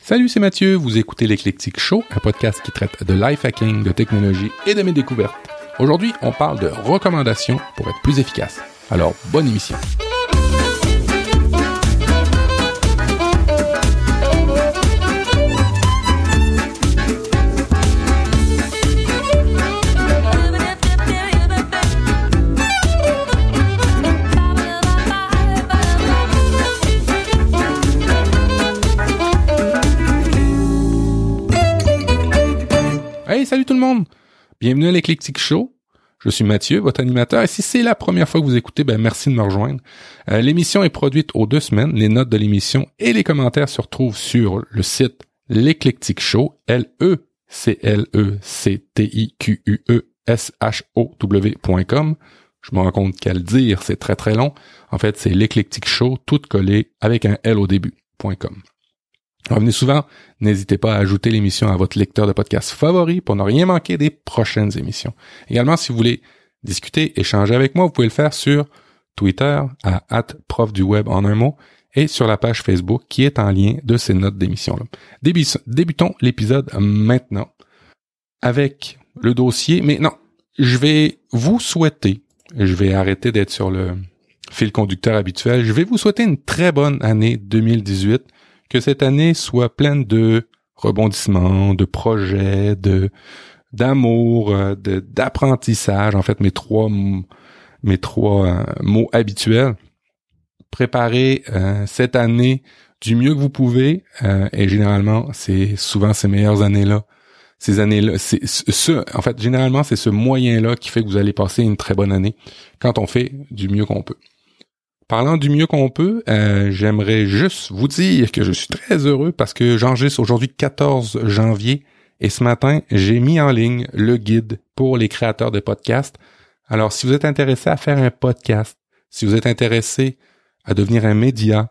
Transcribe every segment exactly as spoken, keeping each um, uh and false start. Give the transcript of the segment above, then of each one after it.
Salut, c'est Mathieu, vous écoutez l'Éclectique Show, un podcast qui traite de life hacking, de technologie et de mes découvertes. Aujourd'hui, on parle de recommandations pour être plus efficace. Alors, bonne émission. Hey, salut tout le monde! Bienvenue à l'Éclectique Show. Je suis Mathieu, votre animateur, et si c'est la première fois que vous écoutez, ben merci de me rejoindre. Euh, l'émission est produite aux deux semaines. Les notes de l'émission et les commentaires se retrouvent sur le site L'Éclectique Show, L E C L E C T I Q U E S H O W point com. Je me rends compte qu'à le dire, c'est très très long. En fait, c'est l'Éclectique Show, tout collé avec un L au début, .com. Revenez souvent, n'hésitez pas à ajouter l'émission à votre lecteur de podcast favori pour ne rien manquer des prochaines émissions. Également, si vous voulez discuter, échanger avec moi, vous pouvez le faire sur Twitter à arobase prof du web en un mot et sur la page Facebook qui est en lien de ces notes d'émission-là. Débutons l'épisode maintenant avec le dossier, mais non, je vais vous souhaiter, je vais arrêter d'être sur le fil conducteur habituel, je vais vous souhaiter une très bonne année deux mille dix-huit. Que cette année soit pleine de rebondissements, de projets, de d'amour, de d'apprentissage. En fait, mes trois mes trois euh, mots habituels. Préparez euh, cette année du mieux que vous pouvez. Euh, et généralement, c'est souvent ces meilleures années-là, ces années-là. C'est ce, en fait, généralement, c'est ce moyen-là qui fait que vous allez passer une très bonne année quand on fait du mieux qu'on peut. Parlant du mieux qu'on peut, euh, j'aimerais juste vous dire que je suis très heureux parce que j'enregistre aujourd'hui quatorze janvier et ce matin, j'ai mis en ligne le guide pour les créateurs de podcasts. Alors, si vous êtes intéressé à faire un podcast, si vous êtes intéressé à devenir un média,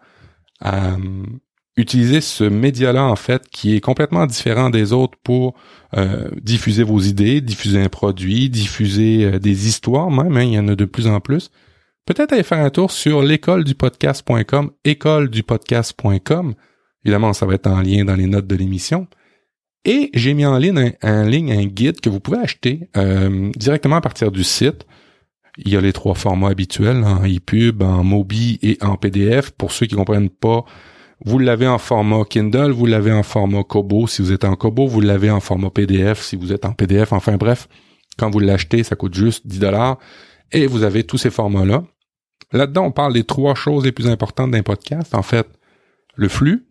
à euh, utiliser ce média-là, en fait, qui est complètement différent des autres pour euh, diffuser vos idées, diffuser un produit, diffuser euh, des histoires même, hein, il y en a de plus en plus. Peut-être aller faire un tour sur l'école du podcast point com, école du podcast point com. Évidemment, ça va être en lien dans les notes de l'émission. Et j'ai mis en ligne un, en ligne un guide que vous pouvez acheter euh, directement à partir du site. Il y a les trois formats habituels, en e-pub, en Mobi et en P D F. Pour ceux qui comprennent pas, vous l'avez en format Kindle, vous l'avez en format Kobo si vous êtes en Kobo, vous l'avez en format P D F si vous êtes en P D F. Enfin bref, quand vous l'achetez, ça coûte juste dix dollars. Et vous avez tous ces formats-là. Là-dedans, on parle des trois choses les plus importantes d'un podcast. En fait, le flux,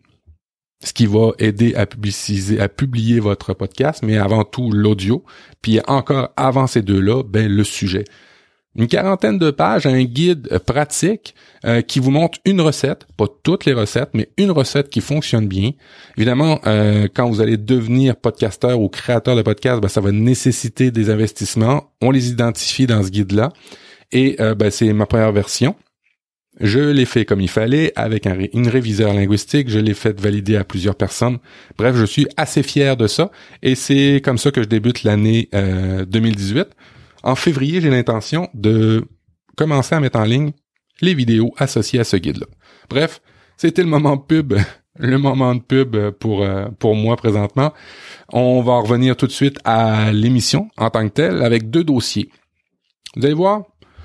ce qui va aider à publiciser, à publier votre podcast, mais avant tout l'audio. Puis encore avant ces deux-là, ben le sujet. Une quarantaine de pages, un guide pratique euh, qui vous montre une recette, pas toutes les recettes, mais une recette qui fonctionne bien. Évidemment, euh, quand vous allez devenir podcasteur ou créateur de podcast, ben, ça va nécessiter des investissements. On les identifie dans ce guide-là. Et euh, ben, c'est ma première version. Je l'ai fait comme il fallait, avec un, une réviseur linguistique. Je l'ai fait valider à plusieurs personnes. Bref, je suis assez fier de ça. Et c'est comme ça que je débute l'année euh, deux mille dix-huit. En février, j'ai l'intention de commencer à mettre en ligne les vidéos associées à ce guide-là. Bref, c'était le moment de pub, le moment de pub pour euh, pour moi présentement. On va revenir tout de suite à l'émission en tant que telle avec deux dossiers. Vous allez voir,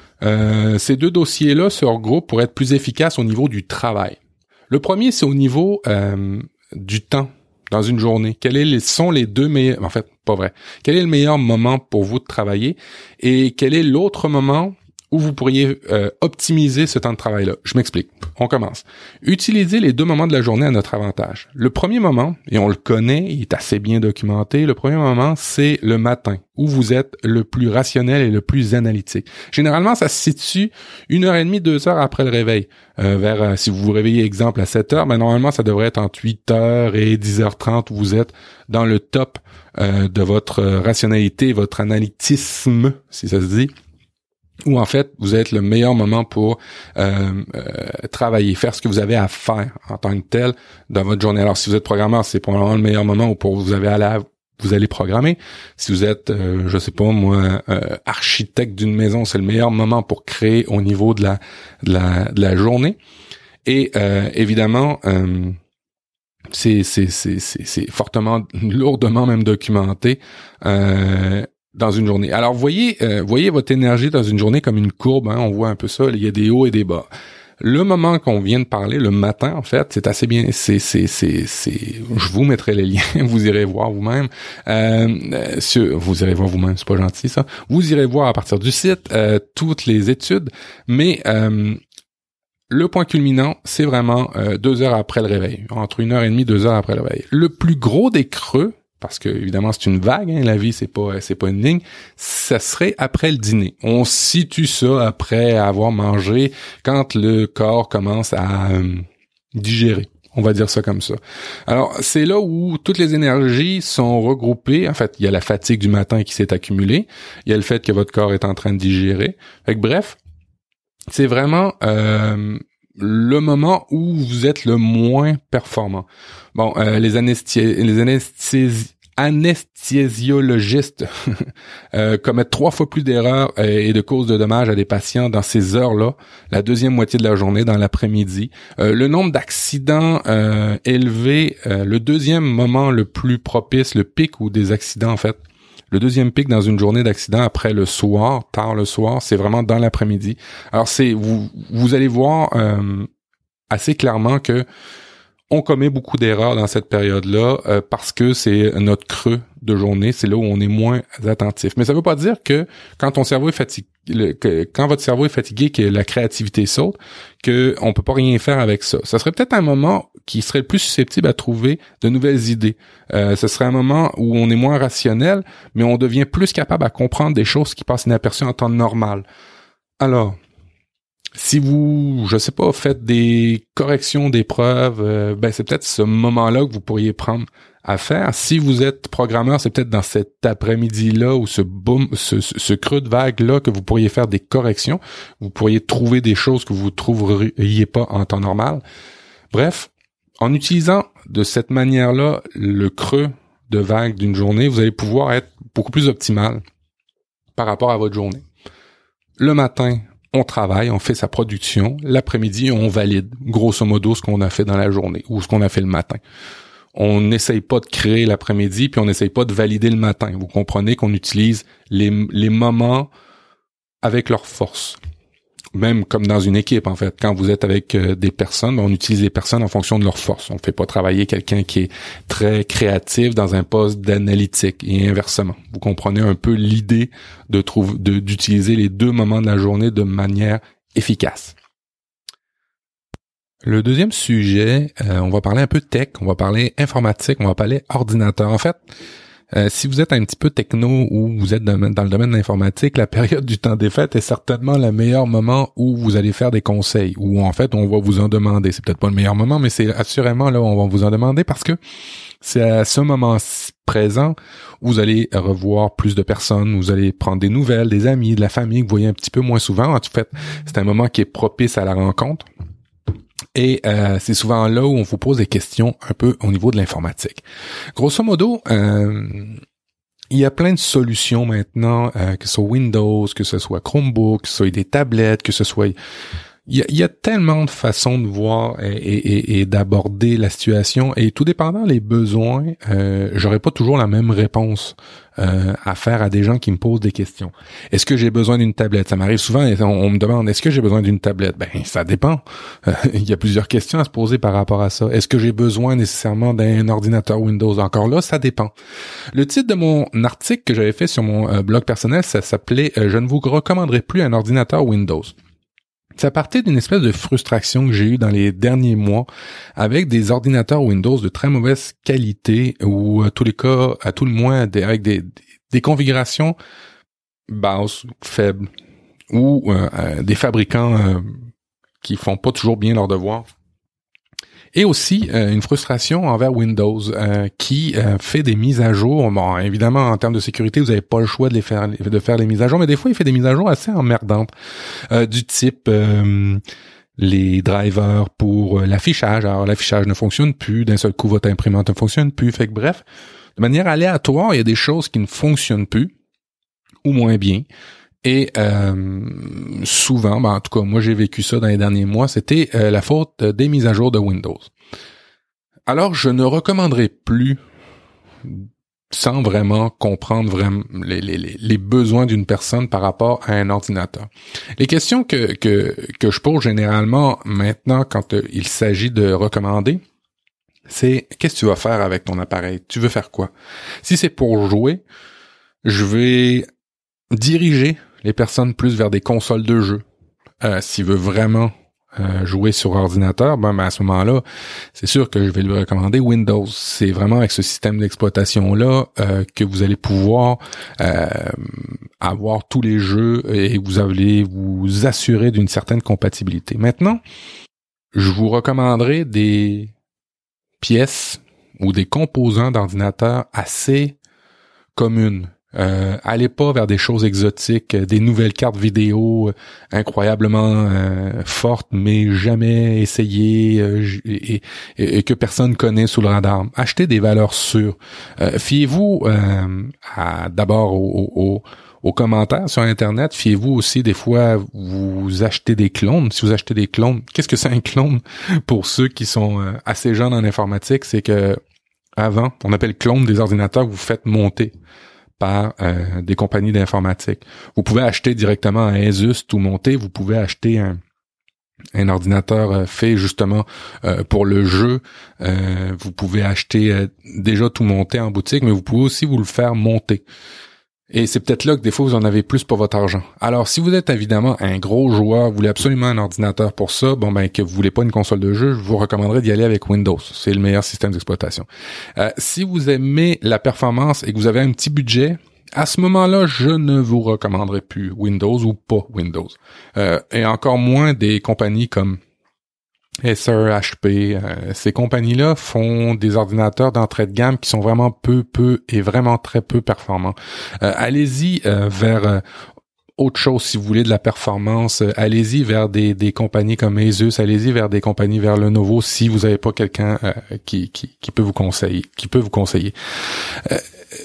euh, ces deux dossiers-là se regroupent pour être plus efficaces au niveau du travail. Le premier, c'est au niveau euh, du temps dans une journée. Quels est les, sont les deux meilleurs... En fait, pas vrai. Quel est le meilleur moment pour vous de travailler et quel est l'autre moment où vous pourriez euh, optimiser ce temps de travail-là? Je m'explique. On commence. Utilisez les deux moments de la journée à notre avantage. Le premier moment, et on le connaît, il est assez bien documenté, le premier moment, c'est le matin, où vous êtes le plus rationnel et le plus analytique. Généralement, ça se situe une heure et demie, deux heures après le réveil. Euh, vers, euh, si vous vous réveillez, exemple, à sept heures, ben normalement, ça devrait être entre huit heures et dix heures trente où vous êtes dans le top euh, de votre rationalité, votre analytisme, si ça se dit. Où en fait, vous êtes le meilleur moment pour euh, euh, travailler, faire ce que vous avez à faire en tant que tel dans votre journée. Alors, si vous êtes programmeur, c'est probablement le meilleur moment où pour vous avez à la vous allez programmer. Si vous êtes, euh, je sais pas moi, euh, architecte d'une maison, c'est le meilleur moment pour créer au niveau de la de la, de la journée. Et euh, évidemment, euh, c'est c'est c'est c'est, c'est fortement, lourdement même documenté euh, dans une journée. Alors voyez euh, voyez votre énergie dans une journée comme une courbe, hein, on voit un peu ça, il y a des hauts et des bas. Le moment qu'on vient de parler, le matin, en fait, c'est assez bien. C'est, c'est, c'est, c'est. Je vous mettrai les liens. Vous irez voir vous-même. Euh, sur, vous irez voir vous-même. C'est pas gentil ça. Vous irez voir à partir du site euh, toutes les études. Mais euh, le point culminant, c'est vraiment euh, deux heures après le réveil, entre une heure et demie, deux heures après le réveil. Le plus gros des creux, parce que évidemment c'est une vague, hein, la vie c'est pas c'est pas une ligne, ça serait après le dîner. On situe ça après avoir mangé, quand le corps commence à euh, digérer. On va dire ça comme ça. Alors, c'est là où toutes les énergies sont regroupées. En fait, il y a la fatigue du matin qui s'est accumulée, il y a le fait que votre corps est en train de digérer. Fait que bref, c'est vraiment euh, le moment où vous êtes le moins performant. Bon, euh, les anesthésies, les anesthésies anesthésiologistes euh, commettent trois fois plus d'erreurs euh, et de causes de dommages à des patients dans ces heures-là, la deuxième moitié de la journée, dans l'après-midi. Euh, le nombre d'accidents euh, élevé, euh, le deuxième moment le plus propice, le pic ou des accidents en fait, le deuxième pic dans une journée d'accident après le soir, tard le soir, c'est vraiment dans l'après-midi. Alors c'est vous vous allez voir euh, assez clairement que on commet beaucoup d'erreurs dans cette période-là euh, parce que c'est notre creux de journée, c'est là où on est moins attentif. Mais ça veut pas dire que quand ton cerveau est fatigué, le, que quand votre cerveau est fatigué, que la créativité saute, que on peut pas rien faire avec ça. Ça serait peut-être un moment qui serait le plus susceptible à trouver de nouvelles idées. Euh, ce serait un moment où on est moins rationnel, mais on devient plus capable à comprendre des choses qui passent inaperçues en temps normal. Alors, si vous, je sais pas, faites des corrections d'épreuves, euh, ben c'est peut-être ce moment-là que vous pourriez prendre à faire. Si vous êtes programmeur, c'est peut-être dans cet après-midi-là ou ce boom, ce, ce, ce creux de vague-là que vous pourriez faire des corrections. Vous pourriez trouver des choses que vous ne trouveriez pas en temps normal. Bref, en utilisant de cette manière-là le creux de vague d'une journée, vous allez pouvoir être beaucoup plus optimal par rapport à votre journée. Le matin, on travaille, on fait sa production. L'après-midi, on valide, grosso modo, ce qu'on a fait dans la journée ou ce qu'on a fait le matin. On n'essaye pas de créer l'après-midi, puis on n'essaye pas de valider le matin. Vous comprenez qu'on utilise les, les moments avec leur force. Même comme dans une équipe, en fait. Quand vous êtes avec euh, des personnes, on utilise les personnes en fonction de leur force. On ne fait pas travailler quelqu'un qui est très créatif dans un poste d'analytique et inversement. Vous comprenez un peu l'idée de trouver, de, d'utiliser les deux moments de la journée de manière efficace. Le deuxième sujet, euh, on va parler un peu tech, on va parler informatique, on va parler ordinateur. En fait, Euh, si vous êtes un petit peu techno ou vous êtes dans, dans le domaine de l'informatique, la période du temps des fêtes est certainement le meilleur moment où vous allez faire des conseils, où en fait on va vous en demander. C'est peut-être pas le meilleur moment, mais c'est assurément là où on va vous en demander parce que c'est à ce moment présent où vous allez revoir plus de personnes, vous allez prendre des nouvelles, des amis, de la famille que vous voyez un petit peu moins souvent. En fait, c'est un moment qui est propice à la rencontre. Et euh, c'est souvent là où on vous pose des questions un peu au niveau de l'informatique. Grosso modo, euh, il y a plein de solutions maintenant, euh, que ce soit Windows, que ce soit Chromebook, que ce soit des tablettes, que ce soit... Il y a, il y a tellement de façons de voir et, et, et d'aborder la situation, et tout dépendant des besoins, euh, j'aurais pas toujours la même réponse euh, à faire à des gens qui me posent des questions. Est-ce que j'ai besoin d'une tablette? Ça m'arrive souvent, on, on me demande, est-ce que j'ai besoin d'une tablette? Ben, ça dépend. Euh, il y a plusieurs questions à se poser par rapport à ça. Est-ce que j'ai besoin nécessairement d'un ordinateur Windows? Encore là, ça dépend. Le titre de mon article que j'avais fait sur mon euh, blog personnel, ça s'appelait euh, « Je ne vous recommanderai plus un ordinateur Windows ». Ça partait d'une espèce de frustration que j'ai eue dans les derniers mois avec des ordinateurs Windows de très mauvaise qualité ou à tous les cas, à tout le moins, des, avec des, des configurations basses, faibles ou euh, des fabricants euh, qui font pas toujours bien leur devoir. Et aussi euh, une frustration envers Windows euh, qui euh, fait des mises à jour. Bon, évidemment, en termes de sécurité, vous n'avez pas le choix de les faire, de faire les mises à jour, mais des fois, il fait des mises à jour assez emmerdantes, euh, du type euh, les drivers pour l'affichage. Alors, l'affichage ne fonctionne plus. D'un seul coup, votre imprimante ne fonctionne plus. Fait que bref, de manière aléatoire, il y a des choses qui ne fonctionnent plus ou moins bien. Et euh, souvent, ben en tout cas, moi j'ai vécu ça dans les derniers mois, c'était euh, la faute des mises à jour de Windows. Alors, je ne recommanderais plus, sans vraiment comprendre vraiment les, les, les besoins d'une personne par rapport à un ordinateur. Les questions que, que, que je pose généralement maintenant quand euh, il s'agit de recommander, c'est qu'est-ce que tu vas faire avec ton appareil? Tu veux faire quoi? Si c'est pour jouer, je vais diriger les personnes plus vers des consoles de jeux. Euh, s'il veut vraiment Euh, jouer sur ordinateur, ben, ben à ce moment-là, c'est sûr que je vais lui recommander Windows. C'est vraiment avec ce système d'exploitation-là euh, que vous allez pouvoir euh, avoir tous les jeux et vous allez vous assurer d'une certaine compatibilité. Maintenant, je vous recommanderai des pièces ou des composants d'ordinateur assez communes. Euh, allez pas vers des choses exotiques, des nouvelles cartes vidéo euh, incroyablement euh, fortes, mais jamais essayées euh, et, et, et que personne connaît sous le radar. Achetez des valeurs sûres. Euh, fiez-vous euh, à, d'abord aux, aux, aux commentaires sur Internet. Fiez-vous aussi, des fois, vous achetez des clones. Si vous achetez des clones, qu'est-ce que c'est un clone? Pour ceux qui sont euh, assez jeunes en informatique, c'est que avant, on appelle clone des ordinateurs que vous faites monter par euh, des compagnies d'informatique. Vous pouvez acheter directement un Asus tout monté, vous pouvez acheter un, un ordinateur euh, fait justement euh, pour le jeu, euh, vous pouvez acheter euh, déjà tout monté en boutique, mais vous pouvez aussi vous le faire monter. Et c'est peut-être là que des fois vous en avez plus pour votre argent. Alors si vous êtes évidemment un gros joueur, vous voulez absolument un ordinateur pour ça, bon ben que vous voulez pas une console de jeu, je vous recommanderais d'y aller avec Windows. C'est le meilleur système d'exploitation. Euh, si vous aimez la performance et que vous avez un petit budget, à ce moment-là, je ne vous recommanderais plus Windows ou pas Windows. Euh, et encore moins des compagnies comme Acer, H P, euh, ces compagnies-là font des ordinateurs d'entrée de gamme qui sont vraiment peu, peu et vraiment très peu performants. Euh, allez-y euh, vers euh, autre chose si vous voulez de la performance. Euh, allez-y vers des, des compagnies comme Asus, allez-y vers des compagnies vers Lenovo si vous n'avez pas quelqu'un euh, qui, qui, qui peut vous conseiller, qui peut vous conseiller. Euh,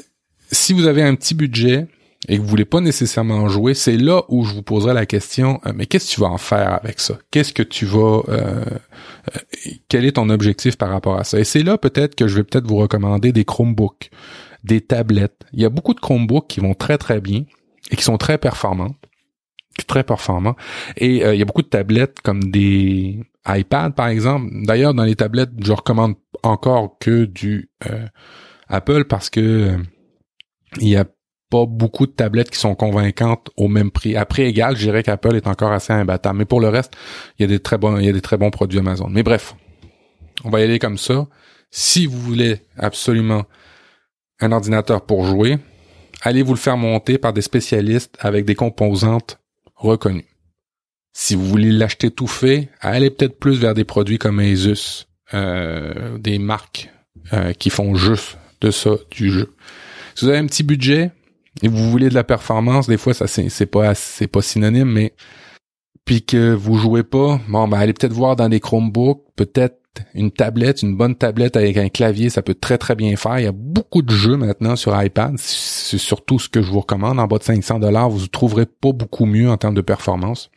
si vous avez un petit budget et que vous voulez pas nécessairement jouer, c'est là où je vous poserai la question, euh, mais qu'est-ce que tu vas en faire avec ça? Qu'est-ce que tu vas... Euh, euh, quel est ton objectif par rapport à ça? Et c'est là peut-être que je vais peut-être vous recommander des Chromebooks, des tablettes. Il y a beaucoup de Chromebooks qui vont très très bien et qui sont très performants. Très performants. Et euh, il y a beaucoup de tablettes comme des iPads, par exemple. D'ailleurs, dans les tablettes, je recommande encore que du euh, Apple parce que euh, il y a pas beaucoup de tablettes qui sont convaincantes au même prix. À prix égal, je dirais qu'Apple est encore assez imbattable. Mais pour le reste, il y a des très bons, il y a des très bons produits Amazon. Mais bref, on va y aller comme ça. Si vous voulez absolument un ordinateur pour jouer, allez vous le faire monter par des spécialistes avec des composantes reconnues. Si vous voulez l'acheter tout fait, allez peut-être plus vers des produits comme Asus, euh, des marques euh, qui font juste de ça, du jeu. Si vous avez un petit budget, et vous voulez de la performance, des fois ça c'est, c'est pas c'est pas synonyme, mais puis que vous jouez pas, bon ben allez peut-être voir dans des Chromebooks, peut-être une tablette, une bonne tablette avec un clavier, ça peut très très bien faire. Il y a beaucoup de jeux maintenant sur iPad, c'est surtout ce que je vous recommande. En bas de cinq cents dollars, vous trouverez pas beaucoup mieux en termes de performance.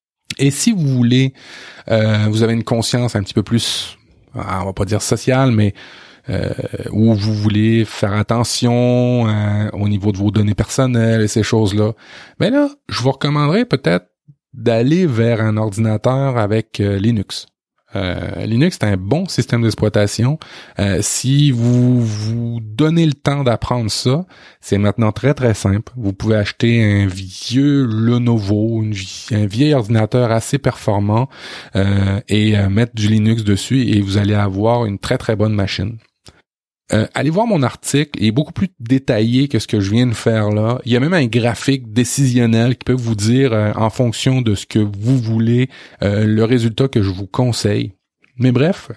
Et si vous voulez, euh, vous avez une conscience un petit peu plus, on va pas dire sociale, mais Euh, où vous voulez faire attention euh, au niveau de vos données personnelles et ces choses-là, ben là, je vous recommanderais peut-être d'aller vers un ordinateur avec euh, Linux. Euh, Linux, c'est un bon système d'exploitation. Euh, si vous vous donnez le temps d'apprendre ça, c'est maintenant très très simple. Vous pouvez acheter un vieux Lenovo, une, un vieil ordinateur assez performant euh, et euh, mettre du Linux dessus et vous allez avoir une très très bonne machine. Euh, allez voir mon article, il est beaucoup plus détaillé que ce que je viens de faire là. Il y a même un graphique décisionnel qui peut vous dire, euh, en fonction de ce que vous voulez, euh, le résultat que je vous conseille. Mais bref,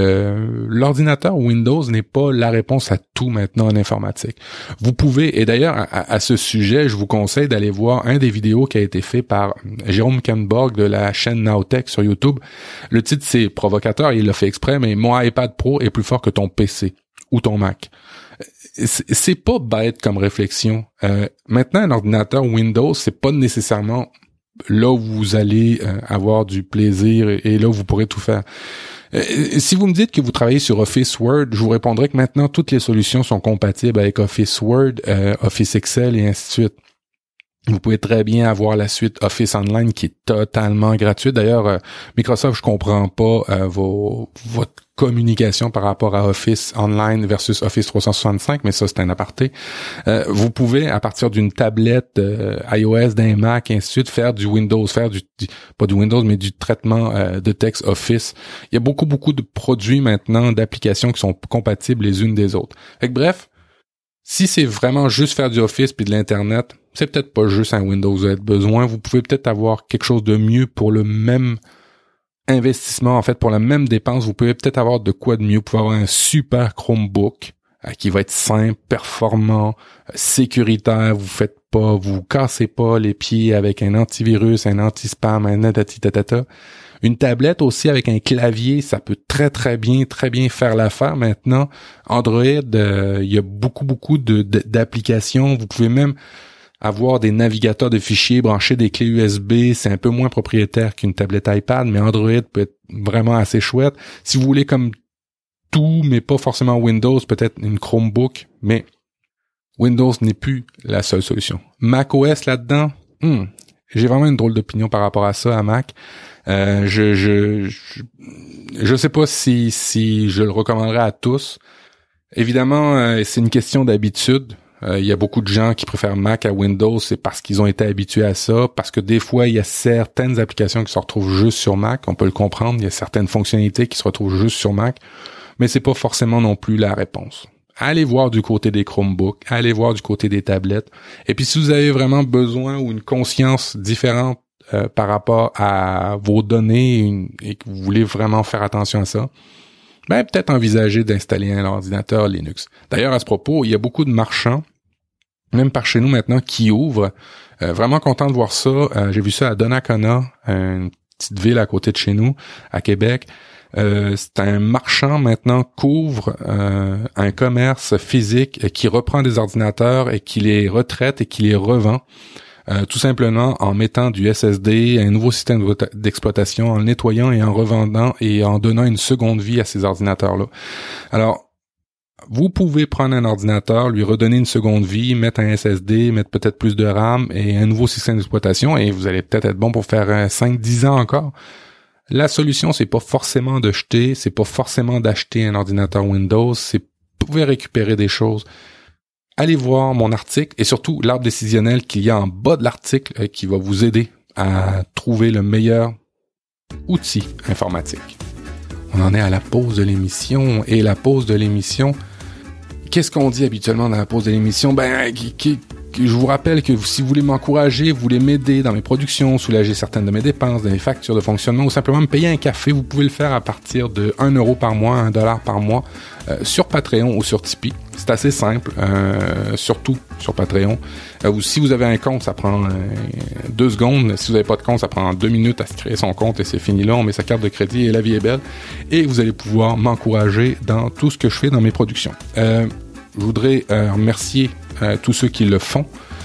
le, l'ordinateur Windows n'est pas la réponse à tout maintenant en informatique. Vous pouvez, et d'ailleurs à, à ce sujet, je vous conseille d'aller voir un des vidéos qui a été fait par Jérôme Kenborg de la chaîne Nowtech sur YouTube. Le titre c'est provocateur, il l'a fait exprès, mais mon iPad Pro est plus fort que ton P C ou ton Mac. C'est pas bête comme réflexion. Euh, maintenant, un ordinateur Windows, c'est pas nécessairement là où vous allez euh, avoir du plaisir et, et là où vous pourrez tout faire. Euh, si vous me dites que vous travaillez sur Office Word, je vous répondrai que maintenant toutes les solutions sont compatibles avec Office Word, euh, Office Excel et ainsi de suite. Vous pouvez très bien avoir la suite Office Online qui est totalement gratuite. D'ailleurs, euh, Microsoft, je comprends pas euh, vos, votre communication par rapport à Office Online versus Office trois cent soixante-cinq, mais ça, c'est un aparté. Euh, vous pouvez, à partir d'une tablette euh, iOS, d'un Mac, et ainsi de suite, faire du Windows, faire du, du pas du Windows, mais du traitement euh, de texte Office. Il y a beaucoup, beaucoup de produits maintenant, d'applications qui sont compatibles les unes des autres. Fait que, bref, si c'est vraiment juste faire du Office puis de l'Internet, c'est peut-être pas juste un Windows vous avez besoin. Vous pouvez peut-être avoir quelque chose de mieux pour le même investissement, en fait, pour la même dépense. Vous pouvez peut-être avoir de quoi de mieux. Vous pouvez avoir un super Chromebook euh, qui va être simple, performant, euh, sécuritaire. Vous faites pas, vous cassez pas les pieds avec un antivirus, un anti-spam, un tatata. Une tablette aussi avec un clavier, ça peut très très bien, très bien faire l'affaire. Maintenant, Android, euh, il y a beaucoup beaucoup de, de d'applications. Vous pouvez même avoir des navigateurs de fichiers, brancher des clés U S B. C'est un peu moins propriétaire qu'une tablette iPad, mais Android peut être vraiment assez chouette. Si vous voulez comme tout, mais pas forcément Windows, peut-être une Chromebook, mais Windows n'est plus la seule solution. macOS là-dedans, hmm, j'ai vraiment une drôle d'opinion par rapport à ça, à Mac. Euh, je, je, je, je sais pas si, si je le recommanderais à tous. Évidemment, euh, c'est une question d'habitude. Euh, il y a beaucoup de gens qui préfèrent Mac à Windows, c'est parce qu'ils ont été habitués à ça, parce que des fois, il y a certaines applications qui se retrouvent juste sur Mac. On peut le comprendre. Il y a certaines fonctionnalités qui se retrouvent juste sur Mac, mais c'est pas forcément non plus la réponse. Allez voir du côté des Chromebooks, allez voir du côté des tablettes. Et puis, si vous avez vraiment besoin ou une conscience différente Euh, par rapport à vos données une, et que vous voulez vraiment faire attention à ça, ben peut-être envisager d'installer un ordinateur Linux. D'ailleurs, à ce propos, il y a beaucoup de marchands, même par chez nous maintenant, qui ouvrent. Euh, vraiment content de voir ça. Euh, j'ai vu ça à Donnacona, une petite ville à côté de chez nous, à Québec. Euh, c'est un marchand maintenant qu'ouvre euh, un commerce physique qui reprend des ordinateurs et qui les retraite et qui les revend. Euh, tout simplement en mettant du S S D, un nouveau système d'exploitation, en le nettoyant et en revendant et en donnant une seconde vie à ces ordinateurs-là. Alors, vous pouvez prendre un ordinateur, lui redonner une seconde vie, mettre un S S D, mettre peut-être plus de RAM et un nouveau système d'exploitation et vous allez peut-être être bon pour faire cinq dix ans encore. La solution, c'est pas forcément de jeter, c'est pas forcément d'acheter un ordinateur Windows, c'est vous pouvez récupérer des choses. Allez voir mon article et surtout l'arbre décisionnel qu'il y a en bas de l'article euh, qui va vous aider à trouver le meilleur outil informatique. On en est à la pause de l'émission et la pause de l'émission, qu'est-ce qu'on dit habituellement dans la pause de l'émission? Ben, qui, qui, qui, je vous rappelle que si vous voulez m'encourager, vous voulez m'aider dans mes productions, soulager certaines de mes dépenses, de mes factures de fonctionnement ou simplement me payer un café, vous pouvez le faire à partir de un euro par mois, un dollar par mois euh, sur Patreon ou sur Tipeee. C'est assez simple, euh, surtout sur Patreon. Euh, ou si vous avez un compte, ça prend euh, deux secondes. Si vous n'avez pas de compte, ça prend deux minutes à se créer son compte et c'est fini là. On met sa carte de crédit et la vie est belle. Et vous allez pouvoir m'encourager dans tout ce que je fais dans mes productions. Euh, je voudrais euh, remercier euh, tous ceux qui le font.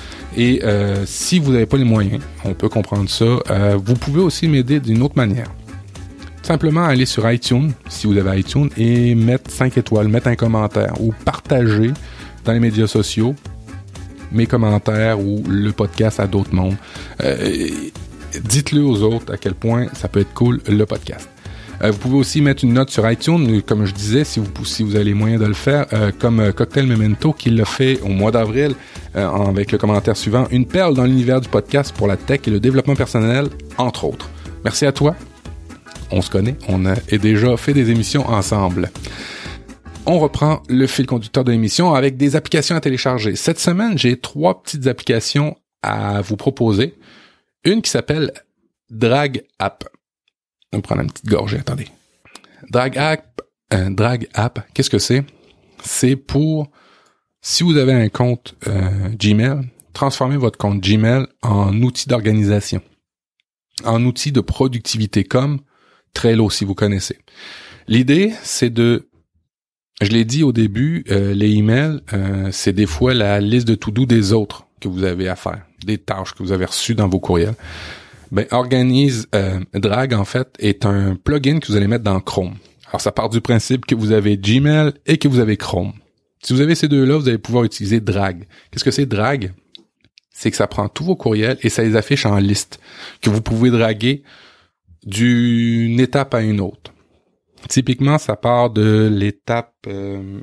Et euh, si vous n'avez pas les moyens, on peut comprendre ça, euh, vous pouvez aussi m'aider d'une autre manière. Simplement aller sur iTunes, si vous avez iTunes, et mettre cinq étoiles, mettre un commentaire ou partager dans les médias sociaux mes commentaires ou le podcast à d'autres mondes. Euh, dites-le aux autres à quel point ça peut être cool, le podcast. Euh, vous pouvez aussi mettre une note sur iTunes, comme je disais, si vous, si vous avez les moyens de le faire, euh, comme euh, Cocktail Memento qui l'a fait au mois d'avril euh, avec le commentaire suivant, une perle dans l'univers du podcast pour la tech et le développement personnel, entre autres. Merci à toi. On se connaît, on a déjà fait des émissions ensemble. On reprend le fil conducteur de l'émission avec des applications à télécharger. Cette semaine, j'ai trois petites applications à vous proposer. Une qui s'appelle Drag App. On va prendre une petite gorgée, attendez. Drag App, euh, Drag App, qu'est-ce que c'est? C'est pour, si vous avez un compte euh, Gmail, transformer votre compte Gmail en outil d'organisation, en outil de productivité comme Trello, si vous connaissez. L'idée, c'est de, je l'ai dit au début, euh, les emails, euh, c'est des fois la liste de to-do des autres que vous avez à faire, des tâches que vous avez reçues dans vos courriels. Ben, Organize euh, Drag, en fait, est un plugin que vous allez mettre dans Chrome. Alors, ça part du principe que vous avez Gmail et que vous avez Chrome. Si vous avez ces deux-là, vous allez pouvoir utiliser Drag. Qu'est-ce que c'est Drag? C'est que ça prend tous vos courriels et ça les affiche en liste, que vous pouvez draguer d'une étape à une autre. Typiquement, ça part de l'étape... Euh,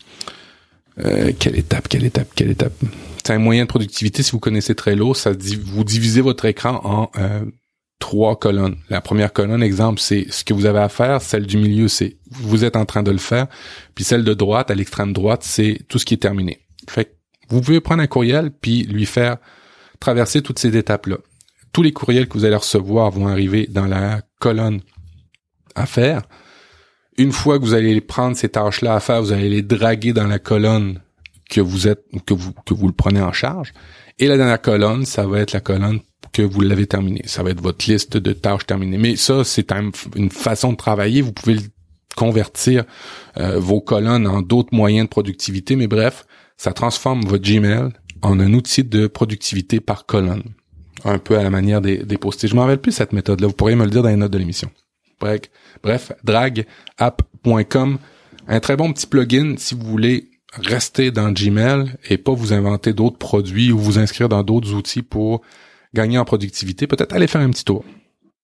euh, quelle étape, quelle étape, quelle étape? C'est un moyen de productivité, si vous connaissez Trello, ça dit, vous divisez votre écran en euh, trois colonnes. La première colonne, exemple, c'est ce que vous avez à faire. Celle du milieu, c'est vous êtes en train de le faire. Puis celle de droite, à l'extrême droite, c'est tout ce qui est terminé. Fait que vous pouvez prendre un courriel puis lui faire traverser toutes ces étapes-là. Tous les courriels que vous allez recevoir vont arriver dans la colonne à faire. Une fois que vous allez prendre ces tâches-là à faire, vous allez les draguer dans la colonne que vous êtes, que vous, que vous le prenez en charge. Et la dernière colonne, ça va être la colonne que vous l'avez terminée. Ça va être votre liste de tâches terminées. Mais ça, c'est un, une façon de travailler. Vous pouvez convertir euh, vos colonnes en d'autres moyens de productivité. Mais bref, ça transforme votre Gmail en un outil de productivité par colonne. Un peu à la manière des, des post-it. Je m'en rappelle plus cette méthode-là. Vous pourriez me le dire dans les notes de l'émission. Bref, bref, drag app point com, un très bon petit plugin si vous voulez rester dans Gmail et pas vous inventer d'autres produits ou vous inscrire dans d'autres outils pour gagner en productivité. Peut-être aller faire un petit tour.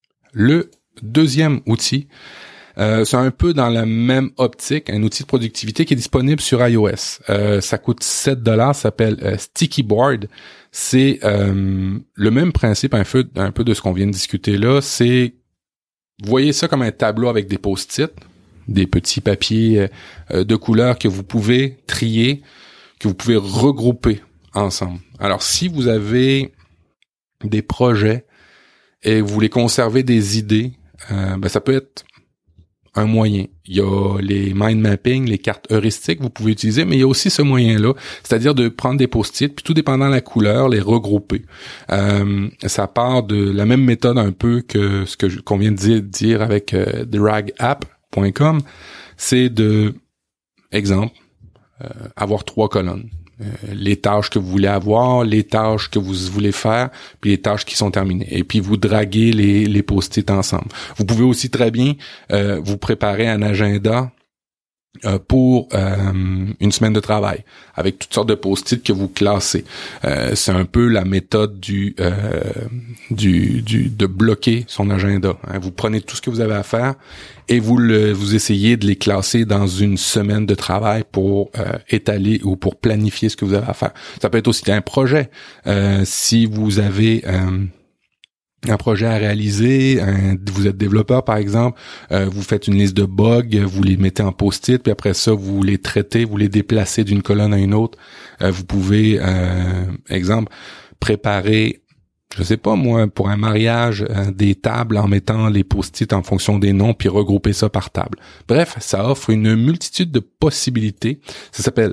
Le deuxième outil, euh, c'est un peu dans la même optique, un outil de productivité qui est disponible sur iOS. Euh, ça coûte sept dollars, ça s'appelle euh, Sticky Board. C'est euh, le même principe un peu, un peu de ce qu'on vient de discuter là. C'est Vous voyez ça comme un tableau avec des post-it, des petits papiers euh, de couleur que vous pouvez trier, que vous pouvez regrouper ensemble. Alors, si vous avez des projets et vous voulez conserver des idées, euh, ben ça peut être un moyen. Il y a les mind mapping, les cartes heuristiques que vous pouvez utiliser, mais il y a aussi ce moyen-là, c'est-à-dire de prendre des post-it, puis tout dépendant de la couleur, les regrouper. Euh, ça part de la même méthode un peu que ce que je, qu'on vient de dire, dire avec euh, drag app point com, c'est de, exemple, euh, avoir trois colonnes. Euh, les tâches que vous voulez avoir, les tâches que vous voulez faire, puis les tâches qui sont terminées. Et puis vous draguez les, les post-it ensemble. Vous pouvez aussi très bien euh, vous préparer un agenda euh, pour euh, une semaine de travail, avec toutes sortes de post-it que vous classez. Euh, c'est un peu la méthode du, euh, du, du de bloquer son agenda. Hein. Vous prenez tout ce que vous avez à faire et vous le, vous essayez de les classer dans une semaine de travail pour euh, étaler ou pour planifier ce que vous avez à faire. Ça peut être aussi un projet. Euh, si vous avez euh, un projet à réaliser, un, vous êtes développeur par exemple, euh, vous faites une liste de bugs, vous les mettez en post-it, puis après ça, vous les traitez, vous les déplacez d'une colonne à une autre. Euh, vous pouvez, euh, exemple, préparer, je sais pas moi, pour un mariage, euh, des tables en mettant les post-it en fonction des noms, puis regrouper ça par table. Bref, ça offre une multitude de possibilités. Ça s'appelle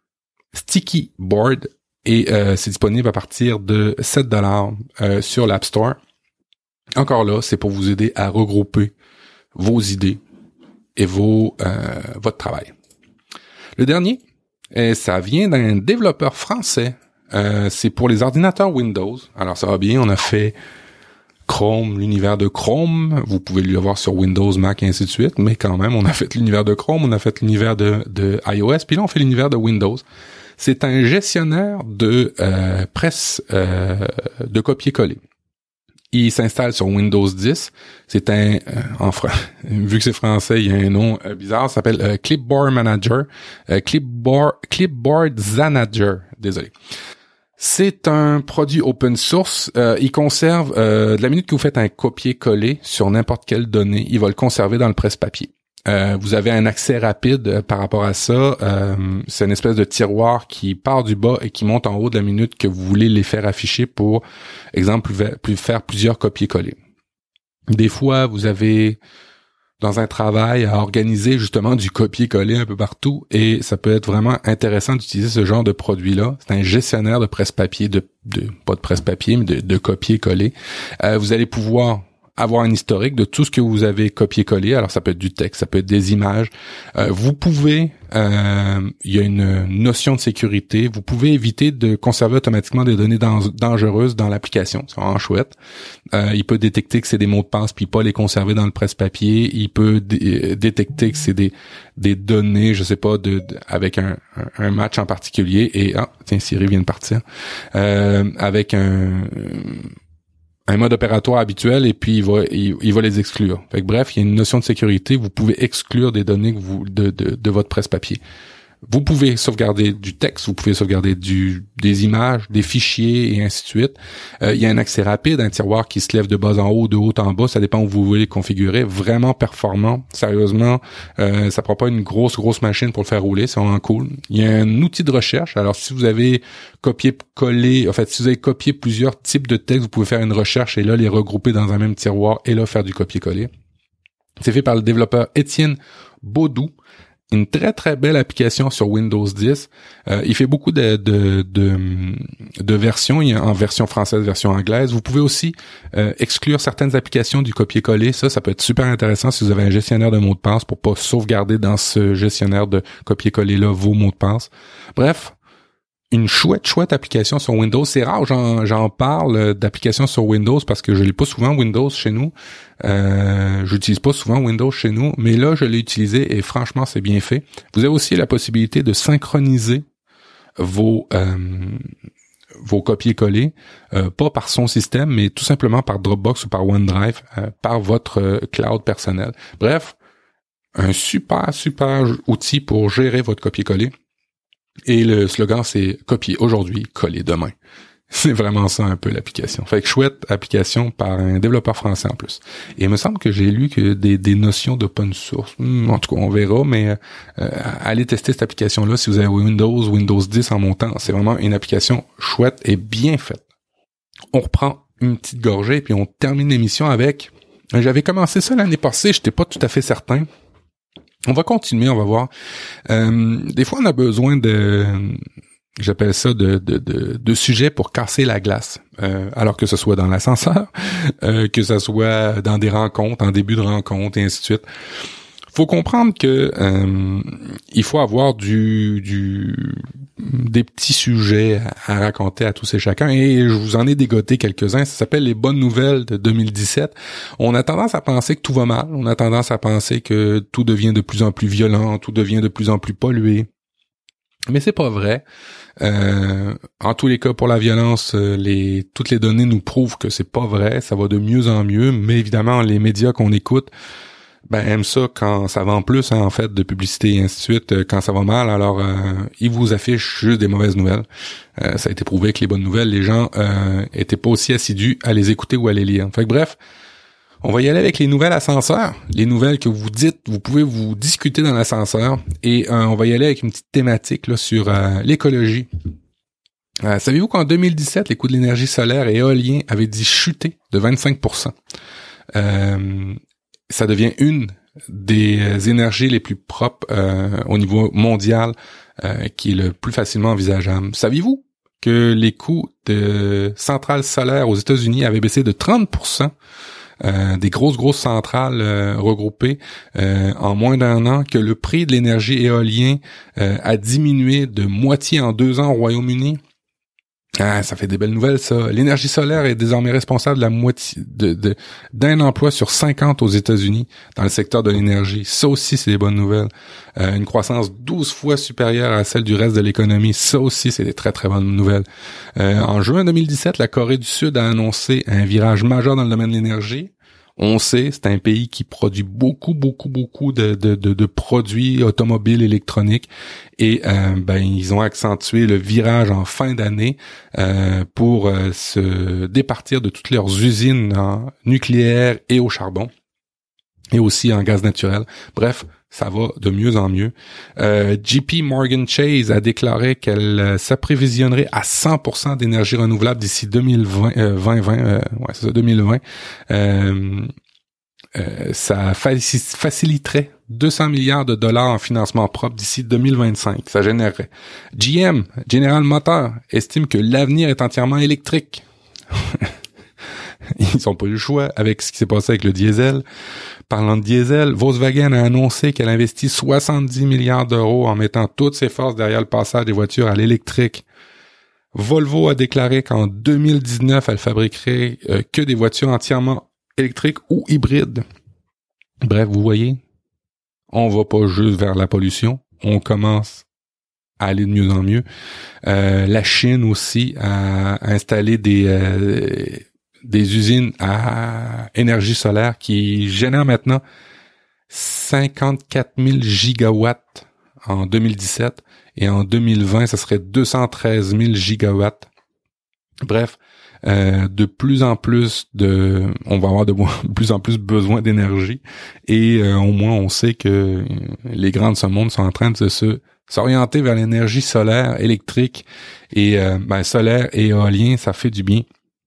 Sticky Board et euh, c'est disponible à partir de sept dollars euh, sur l'App Store. Encore là, c'est pour vous aider à regrouper vos idées et vos euh, votre travail. Le dernier, et ça vient d'un développeur français. Euh, c'est pour les ordinateurs Windows. Alors ça va bien, on a fait Chrome, l'univers de Chrome. Vous pouvez le voir sur Windows, Mac et ainsi de suite. Mais quand même, on a fait l'univers de Chrome, on a fait l'univers de, de iOS, puis là on fait l'univers de Windows. C'est un gestionnaire de euh, presse euh, de copier-coller. Il s'installe sur Windows dix. C'est un, euh, en fr- vu que c'est français, il y a un nom euh, bizarre. Ça s'appelle euh, Clipboard Manager, euh, Clipboard Clipboard Zanager. Désolé. C'est un produit open source. Euh, il conserve euh, de la minute que vous faites un copier-coller sur n'importe quelle donnée, il va le conserver dans le presse-papier. Euh, vous avez un accès rapide euh, par rapport à ça. Euh, c'est une espèce de tiroir qui part du bas et qui monte en haut de la minute que vous voulez les faire afficher pour, exemple, faire plusieurs copier-coller. Des fois, vous avez dans un travail à organiser justement du copier-coller un peu partout et ça peut être vraiment intéressant d'utiliser ce genre de produit-là. C'est un gestionnaire de presse-papier, de, de pas de presse-papier, mais de, de copier-coller. Euh, vous allez pouvoir avoir un historique de tout ce que vous avez copié-collé. Alors ça peut être du texte, ça peut être des images. Euh, vous pouvez, euh, il y a une notion de sécurité. Vous pouvez éviter de conserver automatiquement des données dan- dangereuses dans l'application. C'est vraiment chouette. Euh, il peut détecter que c'est des mots de passe puis pas les conserver dans le presse-papier. Il peut d- détecter que c'est des des données, je sais pas, de, de avec un, un, un match en particulier. Et ah, tiens, Siri vient de partir. Euh, avec un un mode opératoire habituel, et puis il va il, il va les exclure. Fait que bref, il y a une notion de sécurité. Vous pouvez exclure des données que vous de de, de votre presse-papier. Vous pouvez sauvegarder du texte, vous pouvez sauvegarder du des images, des fichiers et ainsi de suite. Euh, il y a un accès rapide, un tiroir qui se lève de bas en haut, de haut en bas, ça dépend où vous voulez le configurer. Vraiment performant, sérieusement, euh, ça prend pas une grosse grosse machine pour le faire rouler, c'est vraiment cool. Il y a un outil de recherche. Alors si vous avez copié-collé, en fait, si vous avez copié plusieurs types de textes, vous pouvez faire une recherche et là les regrouper dans un même tiroir et là faire du copier-coller. C'est fait par le développeur Étienne Baudou. Une très très belle application sur Windows dix. Euh, il fait beaucoup de de de, de versions, il y a en version française, version anglaise. Vous pouvez aussi euh, exclure certaines applications du copier-coller. Ça, ça peut être super intéressant si vous avez un gestionnaire de mots de passe pour pas sauvegarder dans ce gestionnaire de copier-coller là vos mots de passe. Bref, une chouette, chouette application sur Windows. C'est rare, j'en, j'en parle d'applications sur Windows parce que je l'ai pas souvent Windows chez nous. Euh, j'utilise pas souvent Windows chez nous, mais là, je l'ai utilisé et franchement, c'est bien fait. Vous avez aussi la possibilité de synchroniser vos euh, vos copier-coller, euh, pas par son système, mais tout simplement par Dropbox ou par OneDrive, euh, par votre euh, cloud personnel. Bref, un super, super outil pour gérer votre copier-coller. Et le slogan, c'est « Copier aujourd'hui, coller demain ». C'est vraiment ça un peu l'application. Fait que chouette application par un développeur français en plus. Et il me semble que j'ai lu que des, des notions d'open source. En tout cas, on verra, mais euh, allez tester cette application-là si vous avez Windows, Windows dix en montant. C'est vraiment une application chouette et bien faite. On reprend une petite gorgée et puis on termine l'émission avec... J'avais commencé ça l'année passée, j'étais pas tout à fait certain. On va continuer, on va voir. Euh, des fois, on a besoin de, j'appelle ça de, de, de, de sujets pour casser la glace. Euh, alors que ce soit dans l'ascenseur, euh, que ce soit dans des rencontres, en début de rencontre, et ainsi de suite. Faut comprendre que euh, il faut avoir du, du des petits sujets à raconter à tous et chacun, et je vous en ai dégoté quelques-uns. Ça s'appelle les bonnes nouvelles de deux mille dix-sept. On a tendance à penser que tout va mal, on a tendance à penser que tout devient de plus en plus violent, tout devient de plus en plus pollué, mais c'est pas vrai. Euh, en tous les cas, pour la violence, les toutes les données nous prouvent que c'est pas vrai, ça va de mieux en mieux, mais évidemment les médias qu'on écoute ben aime ça quand ça vend plus, hein, en fait, de publicité et ainsi de suite, quand ça va mal. Alors euh, ils vous affichent juste des mauvaises nouvelles. Euh, ça a été prouvé que les bonnes nouvelles, les gens euh, étaient pas aussi assidus à les écouter ou à les lire. Fait que bref, on va y aller avec les nouvelles ascenseurs, les nouvelles que vous dites, vous pouvez vous discuter dans l'ascenseur, et euh, on va y aller avec une petite thématique là sur euh, l'écologie. Euh, savez-vous qu'en deux mille dix-sept, les coûts de l'énergie solaire et éolien avaient dit chuter de vingt-cinq pour cent? Euh, ça devient une des énergies les plus propres euh, au niveau mondial, euh, qui est le plus facilement envisageable. Saviez-vous que les coûts de centrales solaires aux États-Unis avaient baissé de trente pour cent, euh, des grosses, grosses centrales euh, regroupées euh, en moins d'un an, que le prix de l'énergie éolien euh, a diminué de moitié en deux ans au Royaume-Uni? Ah, ça fait des belles nouvelles, ça. L'énergie solaire est désormais responsable de la moitié de, de d'un emploi sur cinquante aux États-Unis dans le secteur de l'énergie. Ça aussi, c'est des bonnes nouvelles. Euh, une croissance douze fois supérieure à celle du reste de l'économie. Ça aussi, c'est des très, très bonnes nouvelles. Euh, en juin deux mille dix-sept, la Corée du Sud a annoncé un virage majeur dans le domaine de l'énergie. On sait, c'est un pays qui produit beaucoup, beaucoup, beaucoup de, de, de, de produits automobiles, électroniques, et euh, ben ils ont accentué le virage en fin d'année euh, pour euh, se départir de toutes leurs usines en nucléaire et au charbon, et aussi en gaz naturel. Bref, ça va de mieux en mieux. Euh, J P Morgan Chase a déclaré qu'elle euh, s'apprévisionnerait à cent pour cent d'énergie renouvelable d'ici deux mille vingt, euh, vingt vingt, euh, ouais, c'est ça, deux mille vingt. Euh, euh, ça faci- faciliterait deux cents milliards de dollars en financement propre d'ici deux mille vingt-cinq. Ça générerait. G M, General Motors, estime que l'avenir est entièrement électrique. Ils n'ont pas eu le choix avec ce qui s'est passé avec le diesel. Parlant de diesel, Volkswagen a annoncé qu'elle investit soixante-dix milliards d'euros en mettant toutes ses forces derrière le passage des voitures à l'électrique. Volvo a déclaré qu'en deux mille dix-neuf, elle fabriquerait euh, que des voitures entièrement électriques ou hybrides. Bref, vous voyez, on va pas juste vers la pollution, on commence à aller de mieux en mieux. Euh, la Chine aussi a installé des euh, des usines à énergie solaire qui génèrent maintenant cinquante-quatre mille gigawatts en deux mille dix-sept et en deux mille vingt, ça serait deux cent treize mille gigawatts. Bref, euh, de plus en plus de, on va avoir de, de plus en plus besoin d'énergie et euh, au moins on sait que les grands de ce monde sont en train de se s'orienter vers l'énergie solaire, électrique et euh, ben, solaire et éolien, ça fait du bien.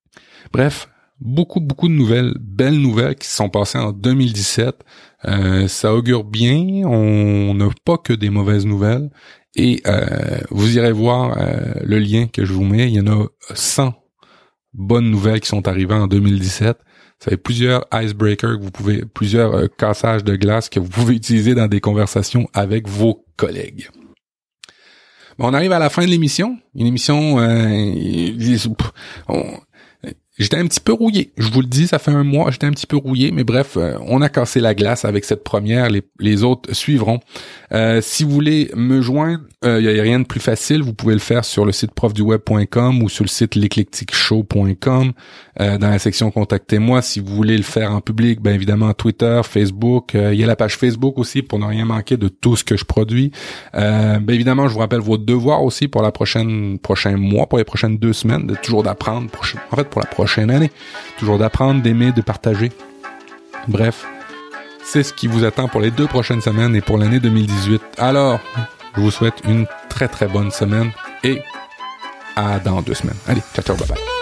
Bref, beaucoup, beaucoup de nouvelles, belles nouvelles qui se sont passées en deux mille dix-sept. Euh, ça augure bien, on n'a pas que des mauvaises nouvelles. Et euh, vous irez voir euh, le lien que je vous mets. Il y en a cent bonnes nouvelles qui sont arrivées en deux mille dix-sept. Ça fait plusieurs icebreakers que vous pouvez, plusieurs euh, cassages de glace que vous pouvez utiliser dans des conversations avec vos collègues. Bon, on arrive à la fin de l'émission. Une émission... Euh, on, J'étais un petit peu rouillé. Je vous le dis, ça fait un mois, j'étais un petit peu rouillé, mais bref, euh, on a cassé la glace avec cette première. Les, les autres suivront. Euh, si vous voulez me joindre, il euh, y a rien de plus facile. Vous pouvez le faire sur le site prof du web point com ou sur le site l'éclectique show point com euh, dans la section Contactez-moi. Si vous voulez le faire en public, ben évidemment Twitter, Facebook. Il euh, y a la page Facebook aussi pour ne rien manquer de tout ce que je produis. Euh, ben évidemment, je vous rappelle vos devoirs aussi pour la prochaine prochain mois, pour les prochaines deux semaines, de toujours d'apprendre. Pour, en fait, pour la prochaine prochaine année. Toujours d'apprendre, d'aimer, de partager. Bref, c'est ce qui vous attend pour les deux prochaines semaines et pour l'année deux mille dix-huit. Alors, je vous souhaite une très très bonne semaine et à dans deux semaines. Allez, ciao ciao, bye bye.